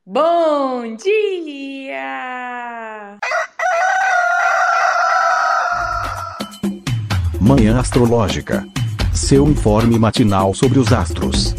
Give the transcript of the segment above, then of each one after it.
Bom dia! Manhã Astrológica. Seu informe matinal sobre os astros.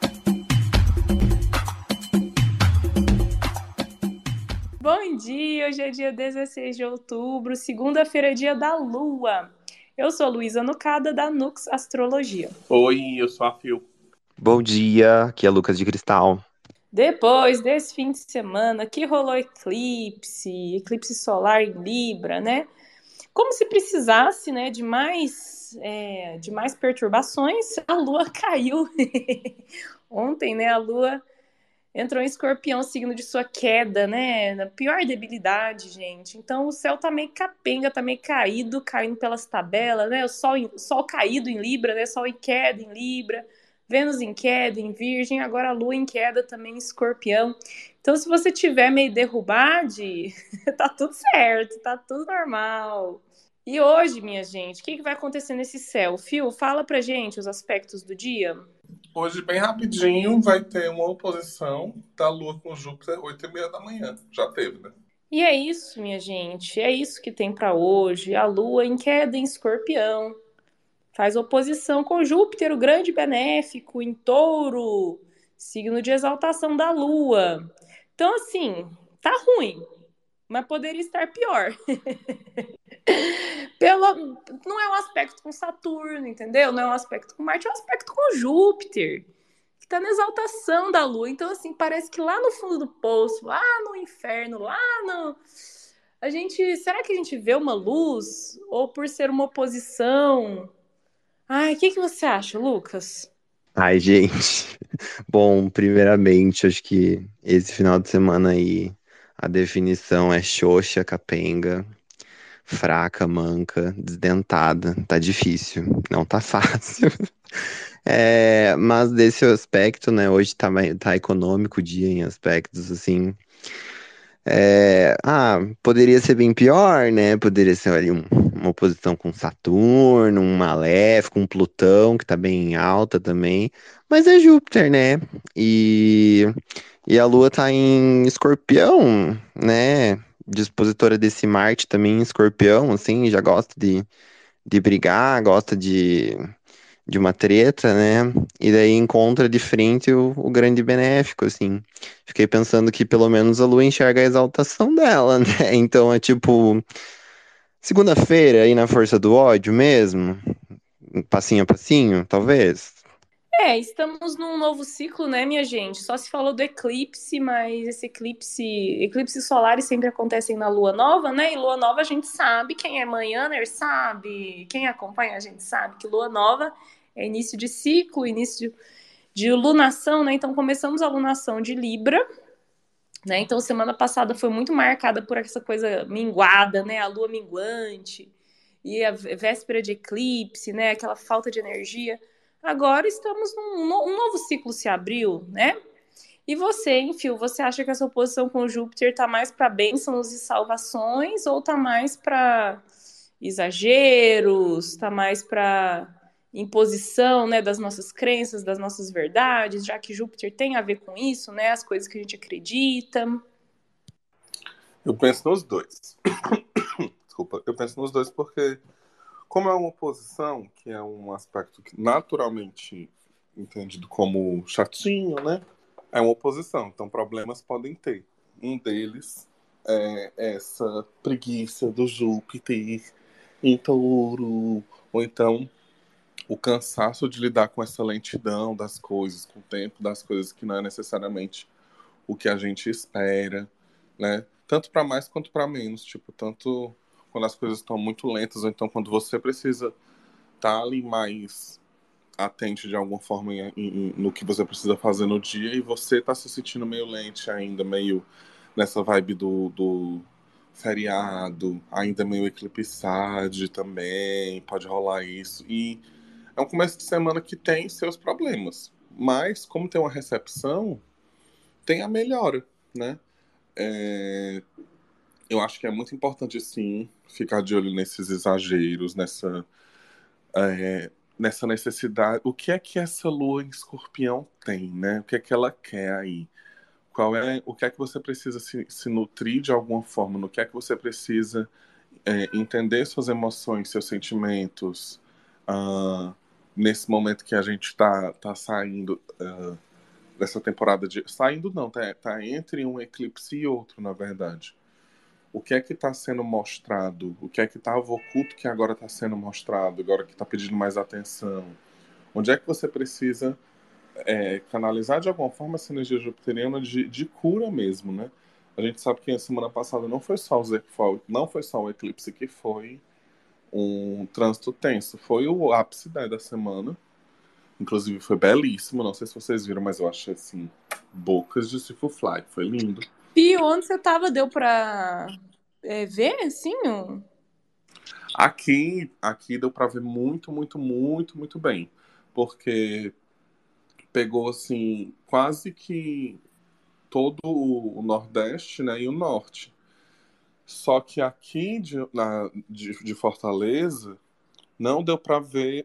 Bom dia! Hoje é dia 16 de outubro, segunda-feira é dia da Lua. Eu sou Luísa Nucada, da Nux Astrologia. Oi, eu sou a Fio. Bom dia, aqui é Lucas de Cristal. Depois desse fim de semana que rolou eclipse solar em Libra, né? Como se precisasse, né, de mais perturbações, a Lua caiu. Ontem, né, a Lua entrou em Escorpião, signo de sua queda, né? Na pior debilidade, gente. Então o céu tá meio capenga, tá meio caído, caindo pelas tabelas, né? O Sol caído em Libra, né? Sol em queda em Libra, Vênus em queda em Virgem, agora a Lua em queda também em Escorpião. Então, se você tiver meio derrubado, tá tudo certo, tá tudo normal. E hoje, minha gente, o que vai acontecer nesse céu? Fio, fala pra gente os aspectos do dia. Hoje, bem rapidinho, vai ter uma oposição da Lua com Júpiter, 8h30 da manhã. Já teve, né? E é isso, minha gente, é isso que tem para hoje. A Lua em queda em Escorpião faz oposição com Júpiter, o grande benéfico, em Touro, signo de exaltação da Lua. Então, assim, tá ruim, mas poderia estar pior. Não é um aspecto com Saturno, entendeu? Não é um aspecto com Marte, é um aspecto com Júpiter, que tá na exaltação da Lua. Então, assim, parece que lá no fundo do poço, lá no inferno, lá no... Será que a gente vê uma luz? Ou por ser uma oposição? Ai, o que você acha, Lucas? Ai, gente. Bom, primeiramente, acho que esse final de semana aí a definição é xoxa, capenga, fraca, manca, desdentada. Tá difícil, não tá fácil. Mas desse aspecto, né? Hoje tá econômico o dia em aspectos assim. Poderia ser bem pior, né? Poderia ser ali uma oposição com Saturno, um Maléfico, um Plutão, que tá bem em alta também. Mas é Júpiter, né? E a Lua tá em Escorpião, né? Dispositora desse Marte também em Escorpião, assim, já gosta de brigar, gosta de uma treta, né? E daí encontra de frente o grande benéfico, assim. Fiquei pensando que pelo menos a Lua enxerga a exaltação dela, né? Então é tipo, segunda-feira aí na força do ódio mesmo, passinho a passinho, talvez. Estamos num novo ciclo, né, minha gente? Só se falou do eclipse, mas eclipses solares sempre acontecem na lua nova, né? E lua nova a gente sabe, quem é manhãner sabe, quem acompanha a gente sabe que lua nova é início de ciclo, início de lunação, né? Então começamos a lunação de Libra, né? Então semana passada foi muito marcada por essa coisa minguada, né? A lua minguante e a véspera de eclipse, né? Aquela falta de energia. Agora estamos um novo ciclo se abriu, né? E você, enfim, você acha que essa oposição com Júpiter tá mais para bênçãos e salvações ou tá mais para exageros, tá mais para imposição, né, das nossas crenças, das nossas verdades, já que Júpiter tem a ver com isso, né, as coisas que a gente acredita. Eu penso nos dois. Desculpa, eu penso nos dois porque, como é uma oposição, que é um aspecto que naturalmente entendido como chatinho, né? É uma oposição, então problemas podem ter. Um deles é essa preguiça do Júpiter em Touro, ou então o cansaço de lidar com essa lentidão das coisas, com o tempo das coisas que não é necessariamente o que a gente espera, né? Tanto para mais quanto para menos, tipo, tanto quando as coisas estão muito lentas, ou então quando você precisa estar ali mais atente de alguma forma no que você precisa fazer no dia e você tá se sentindo meio lente ainda, meio nessa vibe do feriado, ainda meio eclipsade também, pode rolar isso. E é um começo de semana que tem seus problemas, mas como tem uma recepção, tem a melhora, né? É, eu acho que é muito importante, sim, ficar de olho nesses exageros, nessa necessidade. O que é que essa lua em escorpião tem, né? O que é que ela quer aí? o que é que você precisa se nutrir de alguma forma, no que é que você precisa entender suas emoções, seus sentimentos, ah, nesse momento que a gente está saindo dessa temporada de... Saindo não, tá entre um eclipse e outro, na verdade. O que é que está sendo mostrado? O que é que estava oculto que agora está sendo mostrado? Agora que está pedindo mais atenção? Onde é que você precisa canalizar de alguma forma essa energia jupiteriana de cura mesmo, né? A gente sabe que a semana passada não foi só o eclipse que foi um trânsito tenso, foi o ápice, né, da semana. Inclusive foi belíssimo, não sei se vocês viram, mas eu achei assim, bocas de Fly, foi lindo. E onde você tava, deu pra ver, assim? Aqui deu pra ver muito, muito, muito, muito bem, porque pegou assim quase que todo o Nordeste, né, e o Norte. Só que aqui de Fortaleza não deu para ver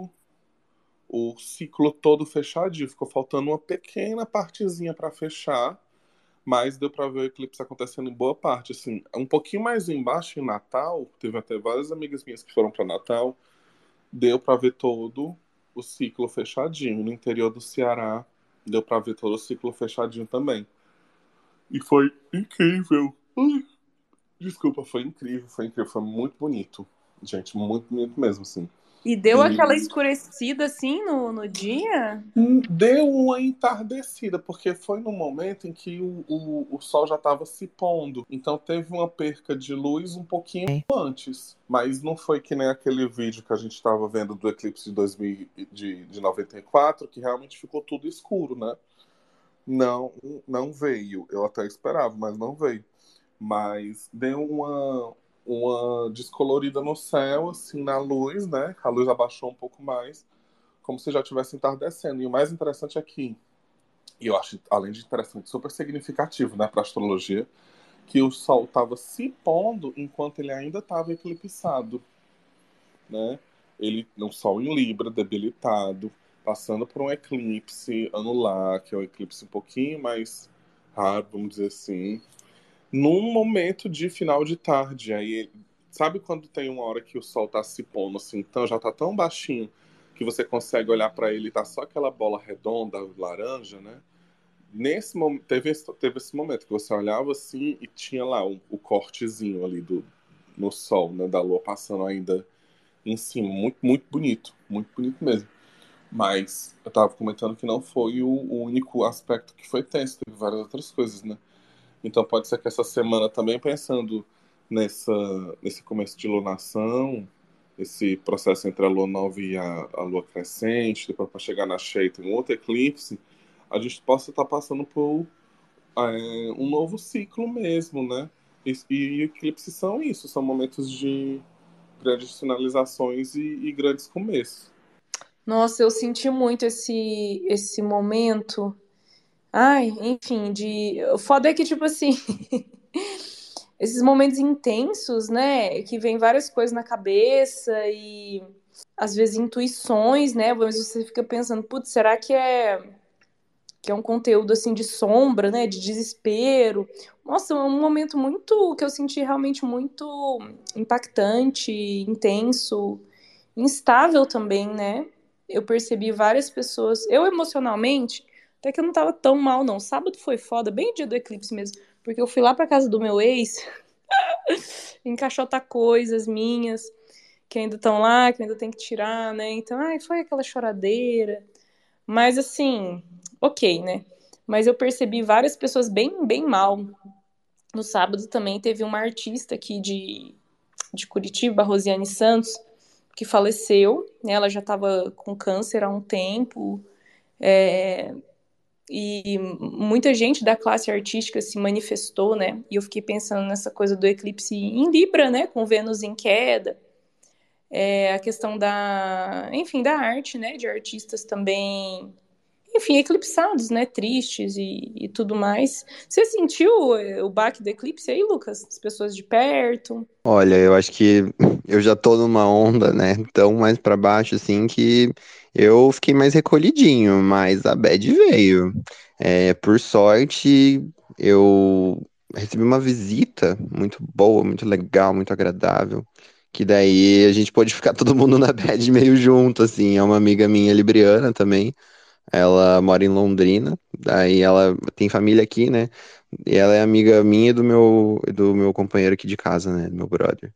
o ciclo todo fechadinho. Ficou faltando uma pequena partezinha para fechar, mas deu para ver o eclipse acontecendo em boa parte. Assim, um pouquinho mais embaixo, em Natal, teve até várias amigas minhas que foram para Natal, deu para ver todo o ciclo fechadinho. No interior do Ceará, deu para ver todo o ciclo fechadinho também. E foi incrível. Desculpa, foi incrível, foi muito bonito. Gente, muito bonito mesmo, assim. E deu aquela E escurecida, assim, no dia? deu uma entardecida, porque foi no momento em que o sol já estava se pondo. Então teve uma perca de luz um pouquinho antes. Mas não foi que nem aquele vídeo que a gente estava vendo do eclipse de 2000, de 94, que realmente ficou tudo escuro, né? Não, não veio. Eu até esperava, mas não veio. Mas deu uma descolorida no céu, assim, na luz, né? A luz abaixou um pouco mais, como se já estivesse entardecendo. E o mais interessante é que, e eu acho, além de interessante, super significativo, né, para astrologia, que o Sol estava se pondo enquanto ele ainda estava eclipsado, né? Um Sol em Libra, debilitado, passando por um eclipse anular, que é um eclipse um pouquinho mais raro, vamos dizer assim, num momento de final de tarde. Aí, sabe quando tem uma hora que o sol tá se pondo assim, então já tá tão baixinho que você consegue olhar para ele e tá só aquela bola redonda, laranja, né? Nesse momento, teve esse momento que você olhava assim e tinha lá o cortezinho ali no sol, né, da lua passando ainda em cima. Muito bonito mesmo. Mas eu tava comentando que não foi o único aspecto que foi tenso, teve várias outras coisas, né? Então pode ser que essa semana também pensando nesse começo de lunação, esse processo entre a lua nova e a lua crescente, depois para chegar na cheia tem um outro eclipse, a gente possa estar passando por um novo ciclo mesmo, né? E eclipses são isso, são momentos de grandes finalizações e grandes começos. Nossa, eu senti muito esse momento. Ai, enfim, o foda é que, tipo assim, esses momentos intensos, né? Que vem várias coisas na cabeça e às vezes intuições, né? Mas você fica pensando, putz, será que é um conteúdo assim de sombra, né? De desespero. Nossa, é um momento muito que eu senti realmente muito impactante, intenso, instável também, né? Eu percebi várias pessoas, eu emocionalmente, até que eu não tava tão mal, não. Sábado foi foda, bem dia do eclipse mesmo, porque eu fui lá pra casa do meu ex encaixotar coisas minhas que ainda estão lá, que eu ainda tem que tirar, né? Então, ai, foi aquela choradeira. Mas assim, ok, né? Mas eu percebi várias pessoas bem, bem mal. No sábado também teve uma artista aqui de Curitiba, Rosiane Santos, que faleceu, né? Ela já estava com câncer há um tempo. E muita gente da classe artística se manifestou, né? E eu fiquei pensando nessa coisa do eclipse em Libra, né? Com Vênus em queda. A questão enfim, da arte, né? De artistas também enfim, eclipsados, né? Tristes e tudo mais. Você sentiu o baque do eclipse aí, Lucas? As pessoas de perto? Olha, eu acho que eu já tô numa onda, né, tão mais pra baixo assim que eu fiquei mais recolhidinho, mas a bad veio. Por sorte, eu recebi uma visita muito boa, muito legal, muito agradável, que daí a gente pôde ficar todo mundo na bad meio junto, assim. É uma amiga minha libriana também, ela mora em Londrina, daí ela tem família aqui, né? E ela é amiga minha e do meu companheiro aqui de casa, né? Do meu brother.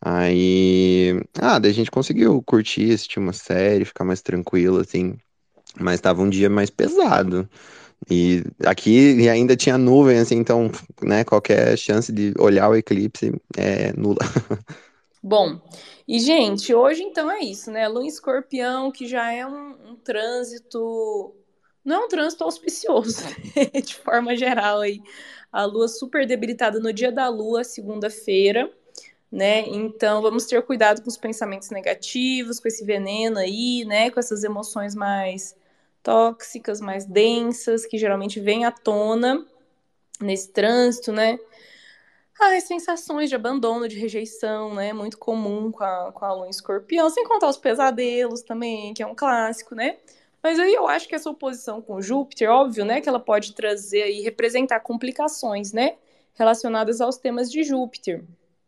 Daí a gente conseguiu curtir, assistir uma série, ficar mais tranquilo, assim. Mas tava um dia mais pesado. E aqui e ainda tinha nuvem, assim, então, né, qualquer chance de olhar o eclipse é nula. Bom, e gente, hoje então é isso, né? Lua em Escorpião, que já é um trânsito. Não é um trânsito auspicioso, de forma geral aí. A Lua super debilitada no dia da Lua, segunda-feira, né? Então vamos ter cuidado com os pensamentos negativos, com esse veneno aí, né? Com essas emoções mais tóxicas, mais densas, que geralmente vêm à tona nesse trânsito, né? As sensações de abandono, de rejeição, né? Muito comum com a Lua em Escorpião, sem contar os pesadelos também, que é um clássico, né? Mas aí eu acho que essa oposição com Júpiter, óbvio, né? Que ela pode trazer e representar complicações, né? Relacionadas aos temas de Júpiter.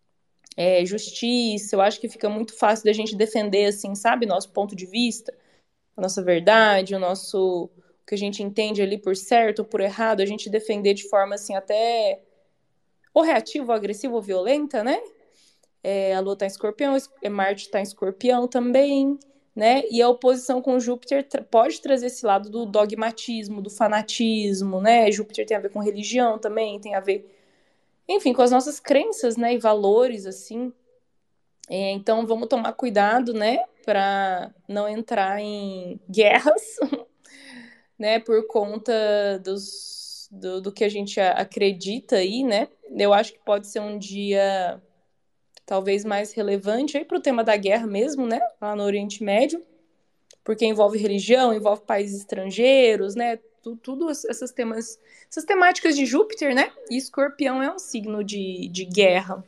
Justiça, eu acho que fica muito fácil da gente defender, assim, sabe? Nosso ponto de vista, a nossa verdade, o que a gente entende ali por certo ou por errado, a gente defender de forma, assim, até ou reativa, ou agressiva, ou violenta, né? A Lua está em Escorpião, Marte está em Escorpião também, né? E a oposição com Júpiter pode trazer esse lado do dogmatismo, do fanatismo, né? Júpiter tem a ver com religião também, tem a ver, enfim, com as nossas crenças, né? E valores, assim. Então, vamos tomar cuidado, né? Para não entrar em guerras, né? Por conta do que a gente acredita aí, né? Eu acho que pode ser um dia talvez mais relevante aí para o tema da guerra mesmo, né? Lá no Oriente Médio, porque envolve religião, envolve países estrangeiros, né? Tudo essas essas temáticas de Júpiter, né? E Escorpião é um signo de guerra.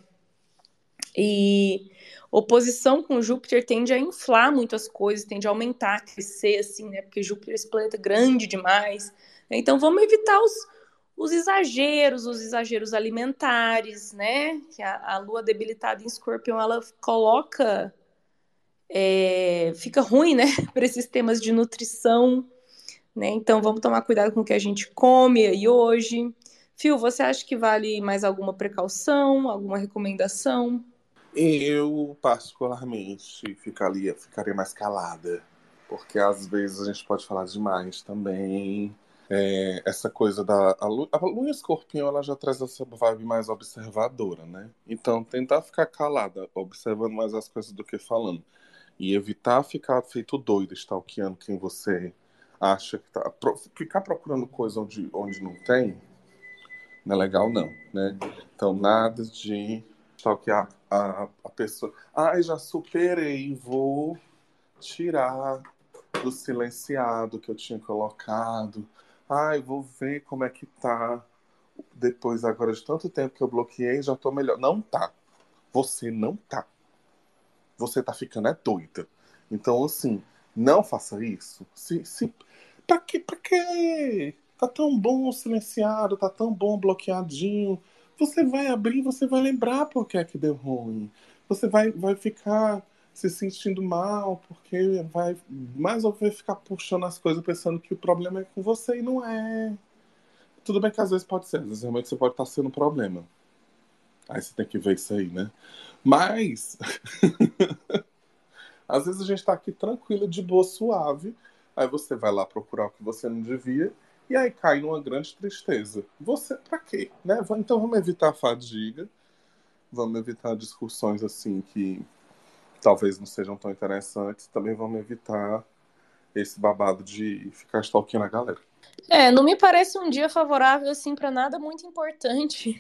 E oposição com Júpiter tende a inflar muitas coisas, tende a aumentar, crescer, assim, né? Porque Júpiter é esse planeta grande demais. Então vamos evitar os exageros alimentares, né? Que a Lua debilitada em Escorpião, ela coloca, fica ruim, né? Para esses temas de nutrição, né? Então vamos tomar cuidado com o que a gente come aí hoje. Fio, você acha que vale mais alguma precaução, alguma recomendação? Eu, particularmente, ficaria mais calada, porque às vezes a gente pode falar demais também. Essa coisa a Lua em Escorpião, ela já traz essa vibe mais observadora, né? Então, tentar ficar calada, observando mais as coisas do que falando. E evitar ficar feito doido, stalkeando quem você acha que tá. Ficar procurando coisa onde não tem, não é legal, não, né? Então, nada de stalkear a pessoa. Ai, já superei, vou tirar do silenciado que eu tinha colocado. Ai, vou ver como é que tá. Depois, agora de tanto tempo que eu bloqueei, já tô melhor. Não tá. Você não tá. Você tá ficando doida. Então, assim, não faça isso. Pra quê? Pra quê? Tá tão bom silenciado, tá tão bom bloqueadinho. Você vai abrir, você vai lembrar por que é que deu ruim. Você vai ficar se sentindo mal, porque vai mais ou menos ficar puxando as coisas pensando que o problema é com você e não é. Tudo bem que às vezes pode ser, às vezes realmente você pode estar sendo um problema. Aí você tem que ver isso aí, né? Mas às vezes a gente tá aqui tranquila, de boa, suave. Aí você vai lá procurar o que você não devia. E aí cai numa grande tristeza. Você, pra quê? Né? Então vamos evitar a fadiga. Vamos evitar discussões assim que talvez não sejam tão interessantes. Também vamos evitar esse babado de ficar stalkeando a galera. Não me parece um dia favorável, assim, para nada muito importante.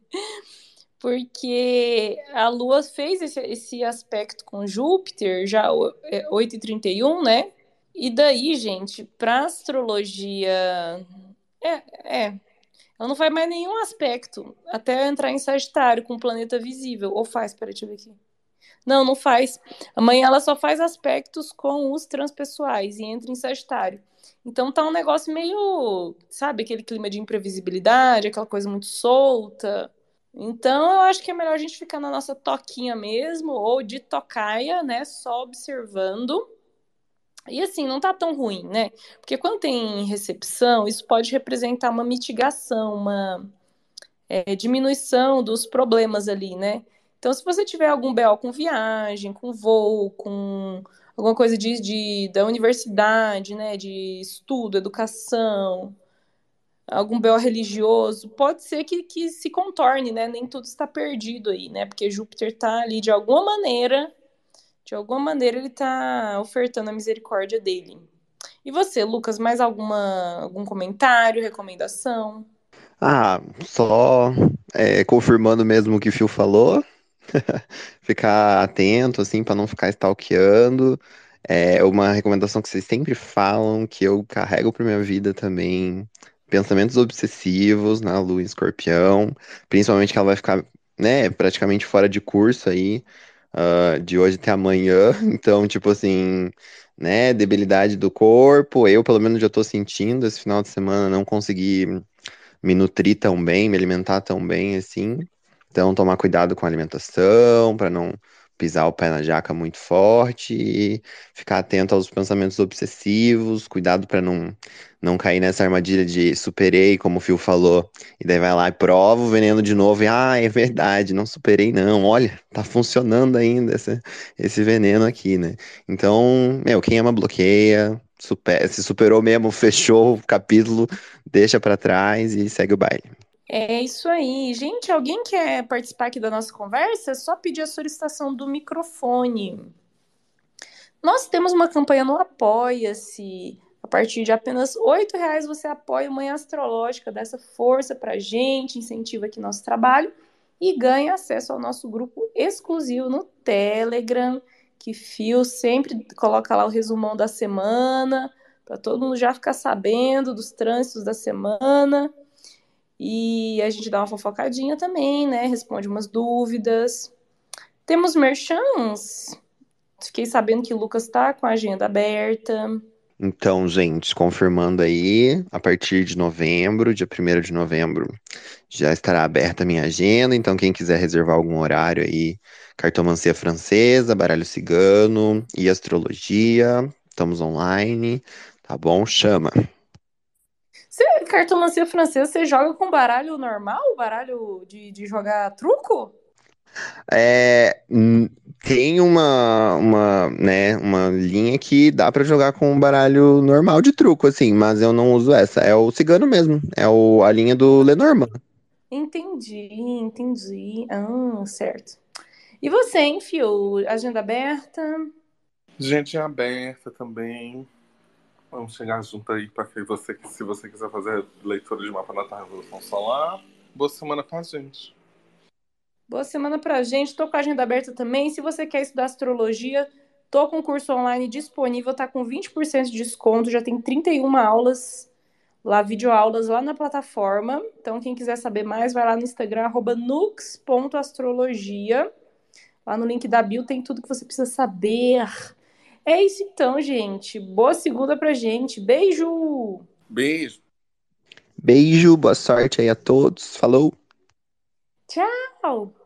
Porque a Lua fez esse aspecto com Júpiter já 8h31, né? E daí, gente, para astrologia, é, ela não faz mais nenhum aspecto até entrar em Sagitário com o planeta visível. Ou faz? Peraí, deixa eu ver aqui. Não, não faz. Amanhã ela só faz aspectos com os transpessoais e entra em Sagitário. Então tá um negócio meio, sabe, aquele clima de imprevisibilidade, aquela coisa muito solta. Então eu acho que é melhor a gente ficar na nossa toquinha mesmo, ou de tocaia, né, só observando. E assim, não tá tão ruim, né? Porque quando tem recepção, isso pode representar uma mitigação, uma diminuição dos problemas ali, né? Então, se você tiver algum BO com viagem, com voo, com alguma coisa da universidade, né, de estudo, educação, algum BO religioso, pode ser que se contorne, né? Nem tudo está perdido aí, né? Porque Júpiter está ali de alguma maneira ele está ofertando a misericórdia dele. E você, Lucas, mais algum comentário, recomendação? Só confirmando mesmo o que o Phil falou, ficar atento, assim, para não ficar stalkeando. É uma recomendação que vocês sempre falam, que eu carrego pra minha vida também. Pensamentos obsessivos na Lua em Escorpião, principalmente que ela vai ficar, né, praticamente fora de curso aí, de hoje até amanhã. Então, tipo assim, né, debilidade do corpo. Eu, pelo menos, já tô sentindo esse final de semana, não consegui me nutrir tão bem, me alimentar tão bem assim. Então, tomar cuidado com a alimentação, para não pisar o pé na jaca muito forte e ficar atento aos pensamentos obsessivos, cuidado para não cair nessa armadilha de superei, como o Phil falou, e daí vai lá e prova o veneno de novo e é verdade, não superei não. Olha, tá funcionando ainda esse veneno aqui, né? Então, quem ama bloqueia, se superou mesmo, fechou o capítulo, deixa pra trás e segue o baile. É isso aí. Gente, alguém quer participar aqui da nossa conversa? É só pedir a solicitação do microfone. Nós temos uma campanha no Apoia-se. A partir de apenas R$ 8 você apoia o Manhã Astrológica, dá essa força pra gente, incentiva aqui nosso trabalho e ganha acesso ao nosso grupo exclusivo no Telegram, que Fio sempre coloca lá o resumão da semana, para todo mundo já ficar sabendo dos trânsitos da semana. E a gente dá uma fofocadinha também, né? Responde umas dúvidas. Temos merchans. Fiquei sabendo que o Lucas tá com a agenda aberta. Então, gente, confirmando aí, a partir de novembro, dia 1º de novembro, já estará aberta a minha agenda. Então, quem quiser reservar algum horário aí, cartomancia francesa, baralho cigano e astrologia, estamos online, tá bom? Chama. Cartomancia francesa, você joga com baralho normal? Baralho de jogar truco? É, tem uma linha que dá pra jogar com um baralho normal de truco, assim, mas eu não uso essa. É o cigano mesmo, a linha do Lenormand. Entendi. Ah, certo. E você, hein, Fio? Agenda aberta? Gente, é aberta também. Vamos chegar junto aí para que se você quiser fazer leitura de mapa natal Revolução Solar. Boa semana pra gente. Boa semana pra gente. Tô com a agenda aberta também. Se você quer estudar astrologia, tô com o curso online disponível, tá com 20% de desconto, já tem 31 aulas lá, videoaulas lá na plataforma. Então, quem quiser saber mais, vai lá no Instagram, @nux.astrologia. Lá no link da bio tem tudo que você precisa saber. É isso então, gente. Boa segunda pra gente. Beijo! Beijo. Beijo, boa sorte aí a todos. Falou! Tchau!